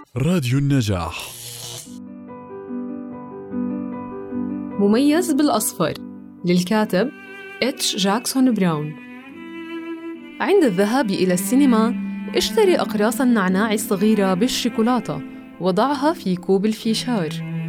راديو النجاح. مميز بالأصفر للكاتب إتش جاكسون براون. عند الذهاب إلى السينما اشتري أقراص النعناع الصغيرة بالشوكولاتة وضعها في كوب الفيشار.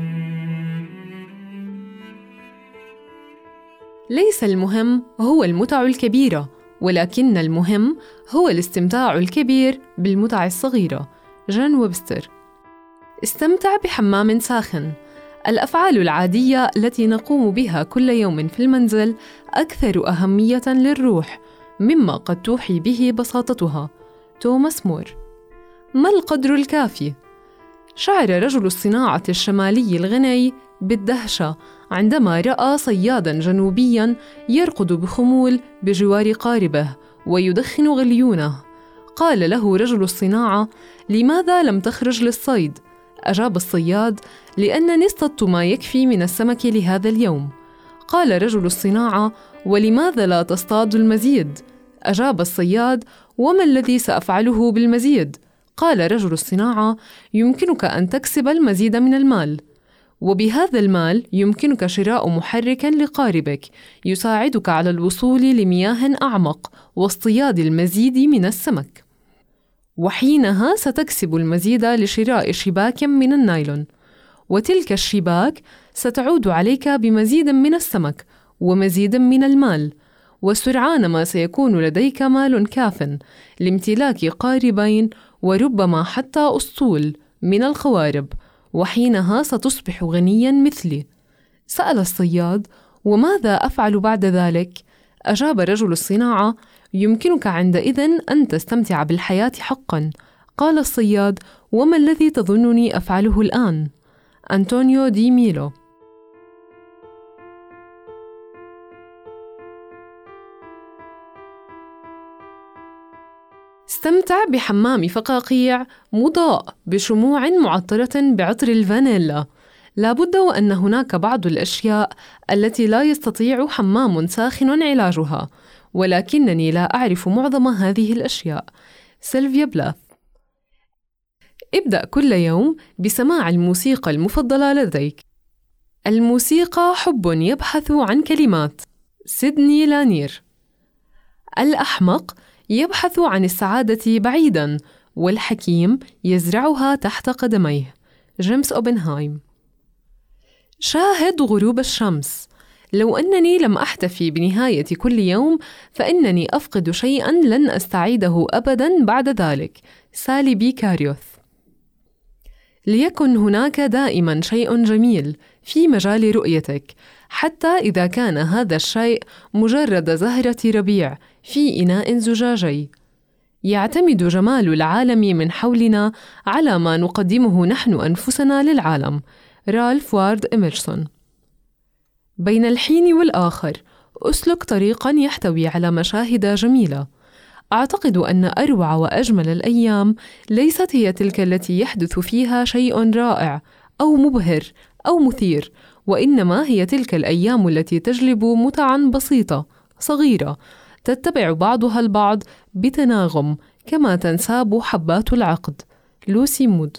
ليس المهم هو المتع الكبيرة، ولكن المهم هو الاستمتاع الكبير بالمتع الصغيرة. جون ويبستر. استمتع بحمام ساخن. الأفعال العادية التي نقوم بها كل يوم في المنزل أكثر أهمية للروح مما قد توحي به بساطتها. توماس مور. ما القدر الكافي؟ شعر رجل الصناعة الشمالي الغني بالدهشة عندما رأى صياداً جنوبياً يرقد بخمول بجوار قاربه ويدخن غليونه. قال له رجل الصناعة: لماذا لم تخرج للصيد؟ أجاب الصياد: لأنني اصطدت ما يكفي من السمك لهذا اليوم. قال رجل الصناعة: ولماذا لا تصطاد المزيد؟ أجاب الصياد: وما الذي سأفعله بالمزيد؟ قال رجل الصناعة: يمكنك أن تكسب المزيد من المال، وبهذا المال يمكنك شراء محرك لقاربك يساعدك على الوصول لمياه أعمق واصطياد المزيد من السمك، وحينها ستكسب المزيد لشراء شباك من النايلون، وتلك الشباك ستعود عليك بمزيد من السمك ومزيد من المال، وسرعان ما سيكون لديك مال كاف لامتلاك قاربين وربما حتى أسطول من القوارب، وحينها ستصبح غنياً مثلي. سأل الصياد: وماذا أفعل بعد ذلك؟ أجاب رجل الصناعة: يمكنك عندئذ أن تستمتع بالحياة حقاً. قال الصياد: وما الذي تظنني أفعله الآن؟ أنطونيو دي ميلو. استمتع بحمام فقاقيع مضاء بشموع معطرة بعطر الفانيلا. لابد وأن هناك بعض الأشياء التي لا يستطيع حمام ساخن علاجها، ولكنني لا أعرف معظم هذه الأشياء. سيلفيا بلاث. ابدأ كل يوم بسماع الموسيقى المفضلة لديك. الموسيقى حب يبحث عن كلمات. سيدني لانير. الأحمق يبحث عن السعادة بعيداً، والحكيم يزرعها تحت قدميه. جيمس أوبنهايم. شاهد غروب الشمس. لو أنني لم أحتفي بنهاية كل يوم فإنني أفقد شيئاً لن أستعيده أبداً بعد ذلك. سالي بي كاريوث. ليكن هناك دائماً شيء جميل في مجال رؤيتك، حتى إذا كان هذا الشيء مجرد زهرة ربيع في إناء زجاجي. يعتمد جمال العالم من حولنا على ما نقدمه نحن أنفسنا للعالم. رالف وارد إميرسون. بين الحين والآخر أسلك طريقاً يحتوي على مشاهد جميلة. أعتقد أن أروع وأجمل الأيام ليست هي تلك التي يحدث فيها شيء رائع أو مبهر أو مثير، وإنما هي تلك الأيام التي تجلب متعاً بسيطة صغيرة تتبع بعضها البعض بتناغم كما تنساب حبات العقد. لوسي مود.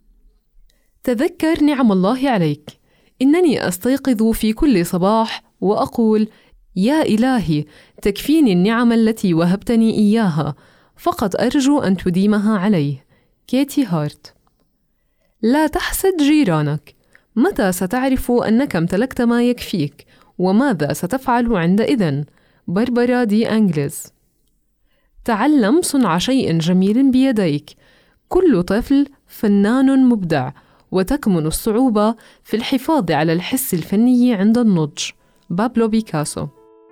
تذكر نعم الله عليك. إنني أستيقظ في كل صباح وأقول: يا إلهي، تكفيني النعم التي وهبتني إياها، فقط أرجو أن تديمها عليه. كيتي هارت. لا تحسد جيرانك. متى ستعرف أنك امتلكت ما يكفيك؟ وماذا ستفعل عندئذ؟ باربرا دي أنجلز. تعلم صنع شيء جميل بيديك. كل طفل فنان مبدع، وتكمن الصعوبة في الحفاظ على الحس الفني عند النضج. بابلو بيكاسو.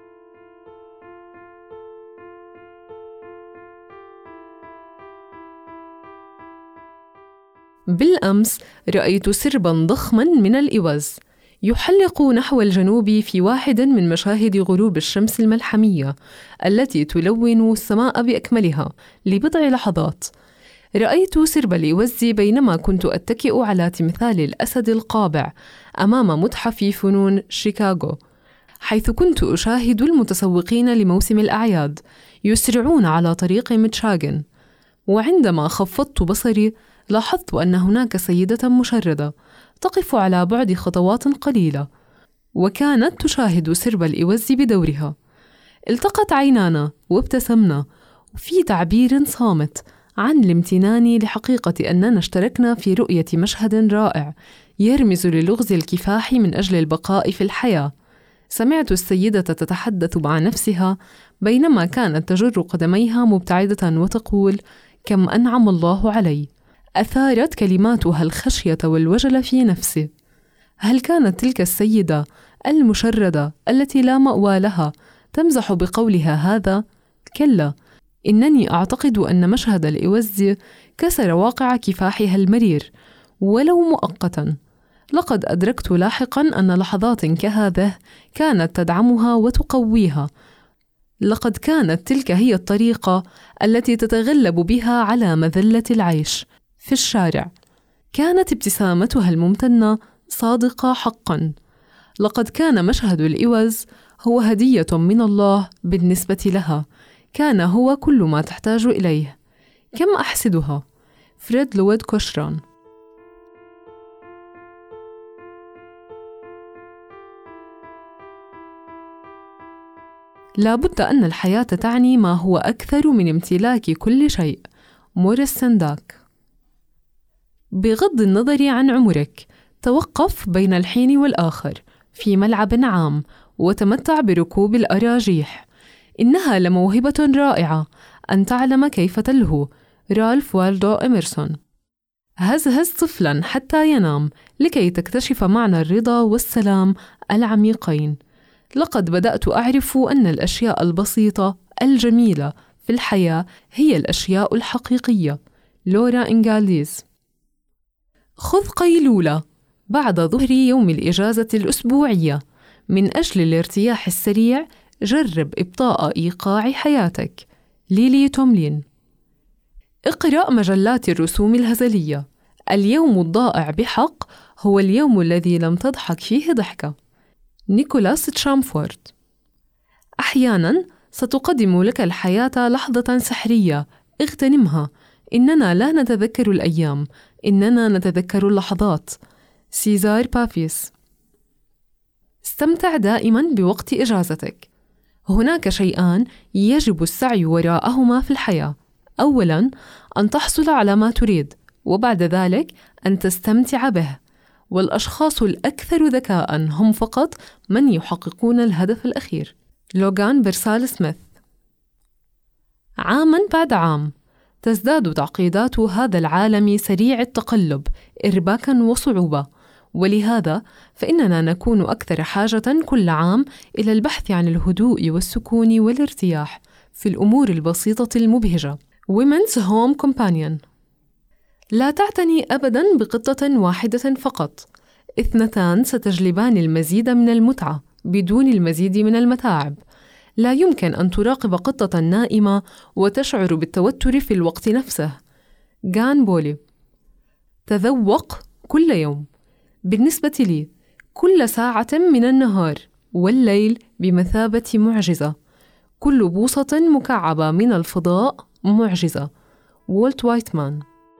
بالأمس رأيت سرباً ضخماً من الإوز يحلق نحو الجنوب في واحد من مشاهد غروب الشمس الملحمية التي تلون السماء بأكملها لبضع لحظات. رأيت سرب الإوز بينما كنت أتكئ على تمثال الأسد القابع أمام متحف فنون شيكاغو، حيث كنت أشاهد المتسوقين لموسم الأعياد يسرعون على طريق ميتشاغن. وعندما خفضت بصري لاحظت أن هناك سيدة مشردة تقف على بعد خطوات قليلة، وكانت تشاهد سرب الإوز بدورها. التقت عينانا وابتسمنا في تعبير صامت عن الامتنان لحقيقة أننا اشتركنا في رؤية مشهد رائع يرمز للغز الكفاح من أجل البقاء في الحياة. سمعت السيدة تتحدث مع نفسها بينما كانت تجر قدميها مبتعدة وتقول: كم أنعم الله علي. أثارت كلماتها الخشية والوجل في نفسي. هل كانت تلك السيدة المشردة التي لا مأوى لها تمزح بقولها هذا؟ كلا، إنني أعتقد أن مشهد الإوز كسر واقع كفاحها المرير ولو مؤقتاً. لقد أدركت لاحقاً أن لحظات كهذه كانت تدعمها وتقويها. لقد كانت تلك هي الطريقة التي تتغلب بها على مذلة العيش في الشارع. كانت ابتسامتها الممتنة صادقة حقاً. لقد كان مشهد الإوز هو هدية من الله بالنسبة لها، كان هو كل ما تحتاج إليه. كم أحسدها. فريد لويد كوشران. لا بد أن الحياة تعني ما هو أكثر من امتلاك كل شيء. موريس سنداك. بغض النظر عن عمرك، توقف بين الحين والآخر في ملعب عام وتمتع بركوب الأراجيح. إنها لموهبة رائعة أن تعلم كيف تلهو. رالف والدو إميرسون. هزهز طفلاً حتى ينام لكي تكتشف معنى الرضا والسلام العميقين. لقد بدأت أعرف أن الأشياء البسيطة الجميلة في الحياة هي الأشياء الحقيقية. لورا إنغاليز. خذ قيلولة بعد ظهر يوم الإجازة الأسبوعية. من أجل الارتياح السريع جرب إبطاء إيقاع حياتك. ليلي توملين. اقرأ مجلات الرسوم الهزلية. اليوم الضائع بحق هو اليوم الذي لم تضحك فيه ضحكة. نيكولاس تشامفورد. أحياناً ستقدم لك الحياة لحظة سحرية، اغتنمها. إننا لا نتذكر الأيام، إننا نتذكر اللحظات. سيزار بافيس. استمتع دائماً بوقت إجازتك. هناك شيئان يجب السعي وراءهما في الحياة. أولاً، أن تحصل على ما تريد، وبعد ذلك أن تستمتع به. والأشخاص الأكثر ذكاءً هم فقط من يحققون الهدف الأخير. لوغان بيرسال سميث. عاماً بعد عام تزداد تعقيدات هذا العالم سريع التقلب إرباكاً وصعوبة، ولهذا فإننا نكون أكثر حاجة كل عام إلى البحث عن الهدوء والسكون والارتياح في الأمور البسيطة المبهجة. Women's Home Companion. لا تعتني أبداً بقطة واحدة فقط. 2 ستجلبان المزيد من المتعة بدون المزيد من المتاعب. لا يمكن أن تراقب قطة نائمة وتشعر بالتوتر في الوقت نفسه. جان بولي. تذوق كل يوم. بالنسبة لي، كل ساعة من النهار والليل بمثابة معجزة. كل بوصة مكعبة من الفضاء معجزة. والت وايتمان.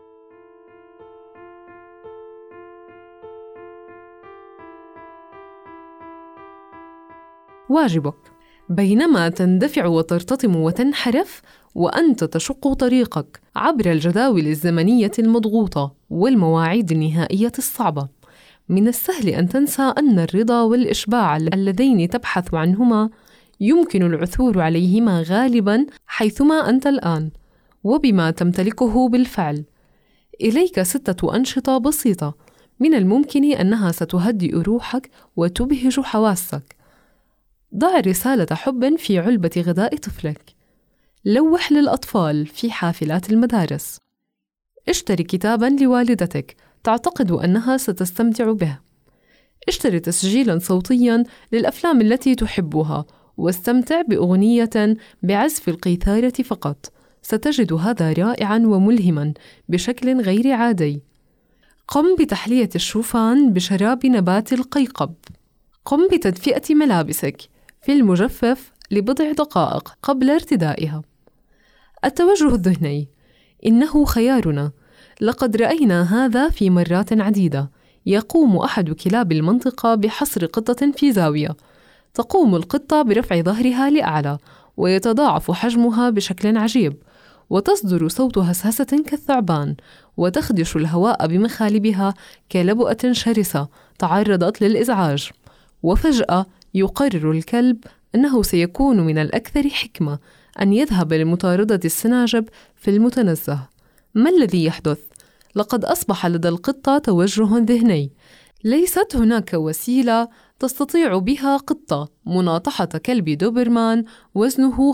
واجبك. بينما تندفع وترتطم وتنحرف وأنت تشق طريقك عبر الجداول الزمنية المضغوطة والمواعيد النهائية الصعبة، من السهل أن تنسى أن الرضا والإشباع اللذين تبحث عنهما يمكن العثور عليهما غالباً حيثما أنت الآن وبما تمتلكه بالفعل. إليك 6 أنشطة بسيطة من الممكن أنها ستهدئ روحك وتبهج حواسك. ضع رسالة حب في علبة غذاء طفلك. لوح للأطفال في حافلات المدارس. اشتري كتاباً لوالدتك تعتقد أنها ستستمتع به. اشتري تسجيلاً صوتياً للأفلام التي تحبها واستمتع بأغنية بعزف القيثارة فقط. ستجد هذا رائعاً وملهماً بشكل غير عادي. قم بتحلية الشوفان بشراب نبات القيقب. قم بتدفئة ملابسك في المجفف لبضع دقائق قبل ارتدائها. التوجه الذهني. إنه خيارنا. لقد رأينا هذا في مرات عديدة. يقوم أحد كلاب المنطقة بحصر قطة في زاوية. تقوم القطة برفع ظهرها لأعلى، ويتضاعف حجمها بشكل عجيب، وتصدر صوت هسهسة كالثعبان، وتخدش الهواء بمخالبها كلبؤة شرسة تعرضت للإزعاج. وفجأة يقرر الكلب أنه سيكون من الأكثر حكمة أن يذهب لمطاردة السناجب في المتنزه. ما الذي يحدث؟ لقد أصبح لدى القطة توجه ذهني. ليست هناك وسيلة تستطيع بها قطة مناطحة كلب دوبرمان وزنه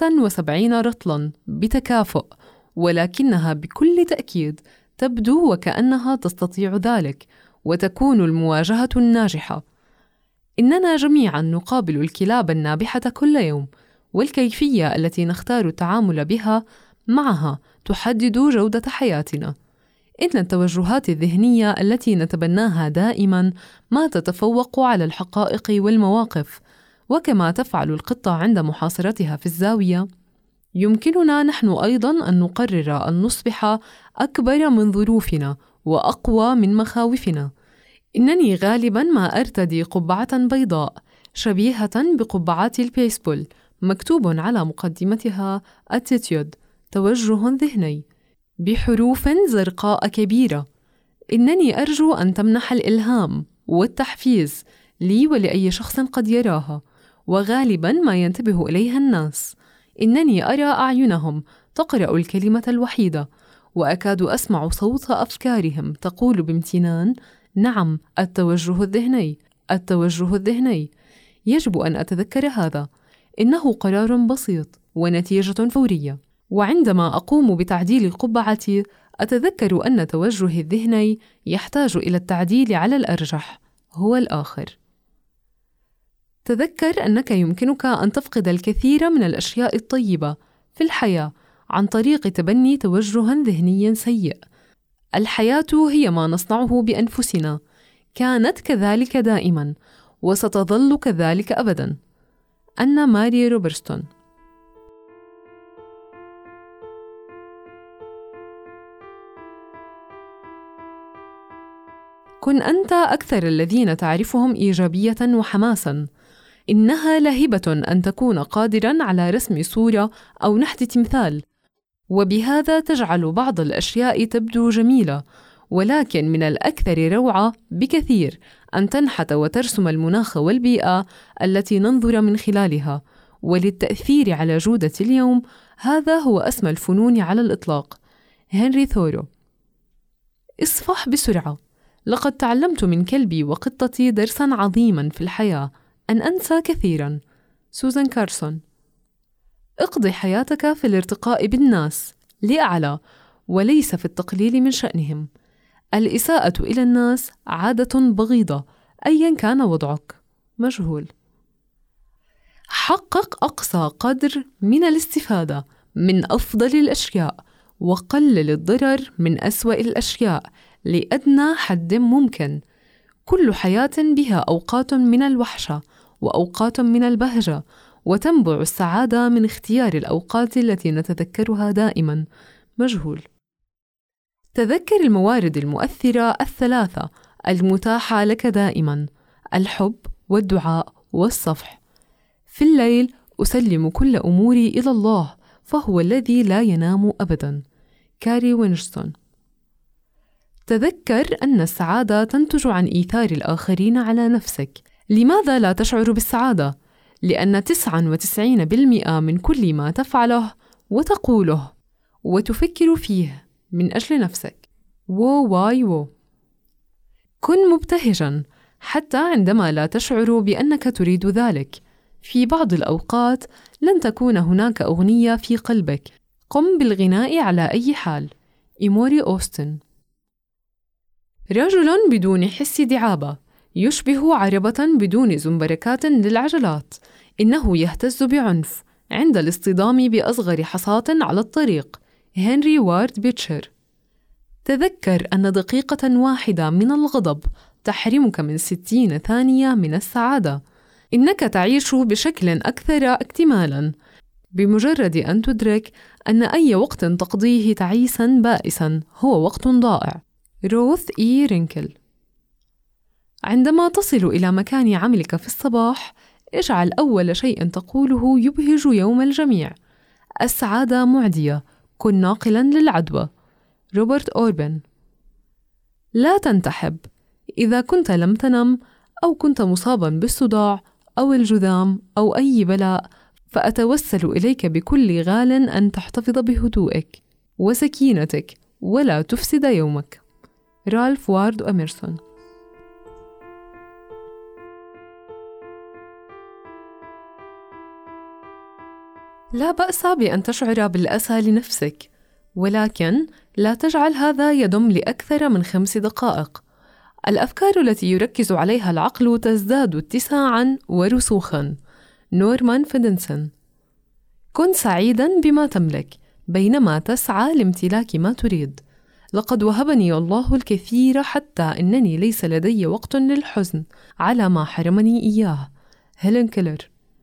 75 رطلاً بتكافؤ، ولكنها بكل تأكيد تبدو وكأنها تستطيع ذلك، وتكون المواجهة الناجحة. إننا جميعاً نقابل الكلاب النابحة كل يوم، والكيفية التي نختار التعامل بها معها تحدد جودة حياتنا. إن التوجهات الذهنية التي نتبناها دائماً ما تتفوق على الحقائق والمواقف، وكما تفعل القطة عند محاصرتها في الزاوية، يمكننا نحن أيضاً أن نقرر أن نصبح أكبر من ظروفنا وأقوى من مخاوفنا. إنني غالباً ما أرتدي قبعة بيضاء شبيهة بقبعات البيسبول مكتوب على مقدمتها attitude، توجه ذهني، بحروف زرقاء كبيرة. إنني أرجو أن تمنح الإلهام والتحفيز لي ولأي شخص قد يراها، وغالباً ما ينتبه إليها الناس. إنني أرى أعينهم تقرأ الكلمة الوحيدة، وأكاد أسمع صوت أفكارهم تقول بامتنان: نعم، التوجه الذهني، التوجه الذهني. يجب أن أتذكر هذا. إنه قرار بسيط ونتيجة فورية. وعندما أقوم بتعديل قبعتي أتذكر أن توجهي الذهني يحتاج إلى التعديل على الأرجح هو الآخر. تذكر أنك يمكنك أن تفقد الكثير من الأشياء الطيبة في الحياة عن طريق تبني توجه ذهني سيء. الحياة هي ما نصنعه بأنفسنا، كانت كذلك دائما وستظل كذلك أبدا. أنا ماري روبرتسون. كن أنت أكثر الذين تعرفهم إيجابية وحماسا. إنها لهبة أن تكون قادرا على رسم صورة أو نحت تمثال، وبهذا تجعل بعض الأشياء تبدو جميلة، ولكن من الأكثر روعة بكثير أن تنحت وترسم المناخ والبيئة التي ننظر من خلالها. وللتأثير على جودة اليوم، هذا هو أسمى الفنون على الإطلاق. هنري ثورو. اصفح بسرعة. لقد تعلمت من كلبي وقطتي درساً عظيماً في الحياة، أن أنسى كثيراً. سوزان كارسون. اقضي حياتك في الارتقاء بالناس لأعلى، وليس في التقليل من شأنهم. الإساءة إلى الناس عادة بغيضة أياً كان وضعك. مجهول. حقق أقصى قدر من الاستفادة من أفضل الأشياء، وقلل الضرر من أسوأ الأشياء لأدنى حد ممكن. كل حياة بها أوقات من الوحشة وأوقات من البهجة، وتنبع السعادة من اختيار الأوقات التي نتذكرها دائما. مجهول. تذكر الموارد المؤثرة الثلاثة المتاحة لك دائما: الحب والدعاء والصفح. في الليل أسلم كل أموري إلى الله، فهو الذي لا ينام أبدا. كاري وينستون. تذكر أن السعادة تنتج عن إيثار الآخرين على نفسك. لماذا لا تشعر بالسعادة؟ لأن 99% من كل ما تفعله وتقوله وتفكر فيه من أجل نفسك. واي. كن مبتهجاً حتى عندما لا تشعر بأنك تريد ذلك. في بعض الأوقات لن تكون هناك أغنية في قلبك. قم بالغناء على أي حال. إيموري أوستن. رجل بدون حس دعابة، يشبه عربة بدون زنبركات للعجلات. إنه يهتز بعنف عند الاصطدام بأصغر حصاة على الطريق. هنري وارد بيتشر. تذكر أن دقيقة واحدة من الغضب تحرمك من 60 ثانية من السعادة. إنك تعيش بشكل أكثر اكتمالاً بمجرد أن تدرك أن أي وقت تقضيه تعيساً بائساً هو وقت ضائع. روث إي رينكل. عندما تصل إلى مكان عملك في الصباح، اجعل أول شيء تقوله يبهج يوم الجميع. السعادة معدية، كن ناقلاً للعدوى. روبرت أوربن. لا تنتحب. إذا كنت لم تنم أو كنت مصاباً بالصداع أو الجذام أو أي بلاء، فأتوسل إليك بكل غال أن تحتفظ بهدوئك وسكينتك ولا تفسد يومك. رالف واردو أميرسون. لا بأس بأن تشعر بالأسى لنفسك، ولكن لا تجعل هذا يدم لأكثر من 5 دقائق. الأفكار التي يركز عليها العقل تزداد اتساعاً ورسوخاً. نورمان فيدنسون. كن سعيداً بما تملك بينما تسعى لامتلاك ما تريد. لقد وهبني الله الكثير حتى إنني ليس لدي وقت للحزن على ما حرمني إياه. هيلين كيلر.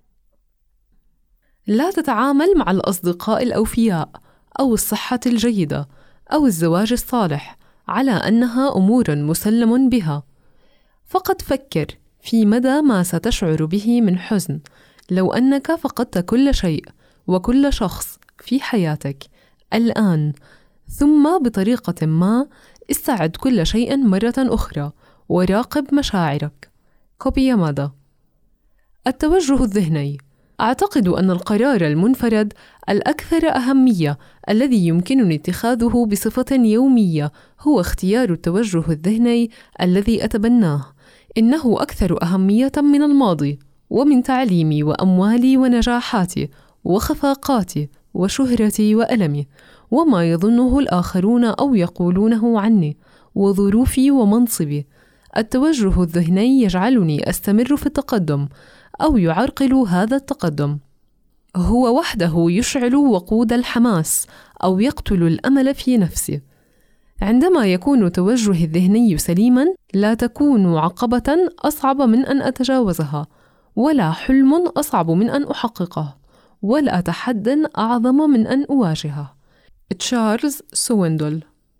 لا تتعامل مع الأصدقاء الأوفياء أو الصحة الجيدة أو الزواج الصالح على أنها أمور مسلم بها. فقط فكر في مدى ما ستشعر به من حزن لو أنك فقدت كل شيء وكل شخص في حياتك الآن، ثم بطريقة ما استعد كل شيء مرة أخرى وراقب مشاعرك. كوبي يامادا. التوجه الذهني. أعتقد أن القرار المنفرد الأكثر أهمية الذي يمكنني اتخاذه بصفة يومية هو اختيار التوجه الذهني الذي أتبناه. إنه أكثر أهمية من الماضي ومن تعليمي وأموالي ونجاحاتي وخفاقاتي وشهرتي وألمي وما يظنه الآخرون أو يقولونه عني وظروفي ومنصبي. التوجه الذهني يجعلني أستمر في التقدم أو يعرقل هذا التقدم. هو وحده يشعل وقود الحماس أو يقتل الأمل في نفسي. عندما يكون توجهي الذهني سليماً، لا تكون عقبة أصعب من أن أتجاوزها، ولا حلم أصعب من أن أحققه، ولا تحدٍ أعظم من أن أواجهه. تشارلز سويندل.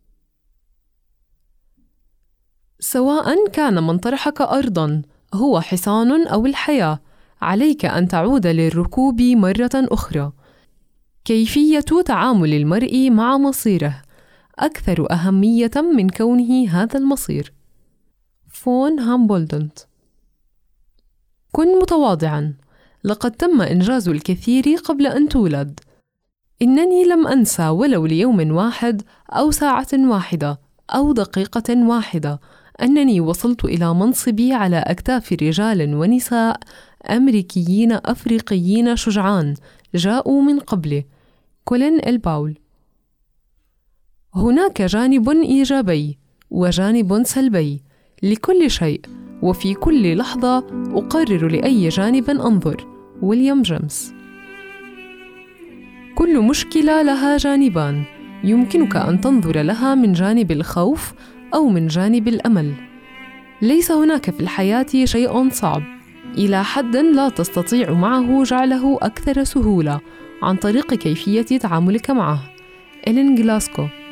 سواء كان منطرحك أرضاً هو حصان أو الحياة، عليك أن تعود للركوب مرة أخرى. كيفية تعامل المرء مع مصيره أكثر أهمية من كونه هذا المصير. فون هامبولدنت. كن متواضعاً. لقد تم إنجاز الكثير قبل أن تولد. إنني لم أنسى ولو ليوم واحد أو ساعة واحدة أو دقيقة واحدة أنني وصلت إلى منصبي على أكتاف رجال ونساء أمريكيين أفريقيين شجعان جاءوا من قبلي. كولين الباول. هناك جانب إيجابي وجانب سلبي لكل شيء، وفي كل لحظة أقرر لأي جانب أنظر. ويليام جيمس. كل مشكلة لها جانبان، يمكنك أن تنظر لها من جانب الخوف أو من جانب الأمل. ليس هناك في الحياة شيء صعب إلى حد لا تستطيع معه جعله أكثر سهولة عن طريق كيفية تعاملك معه. إلين غلاسكو.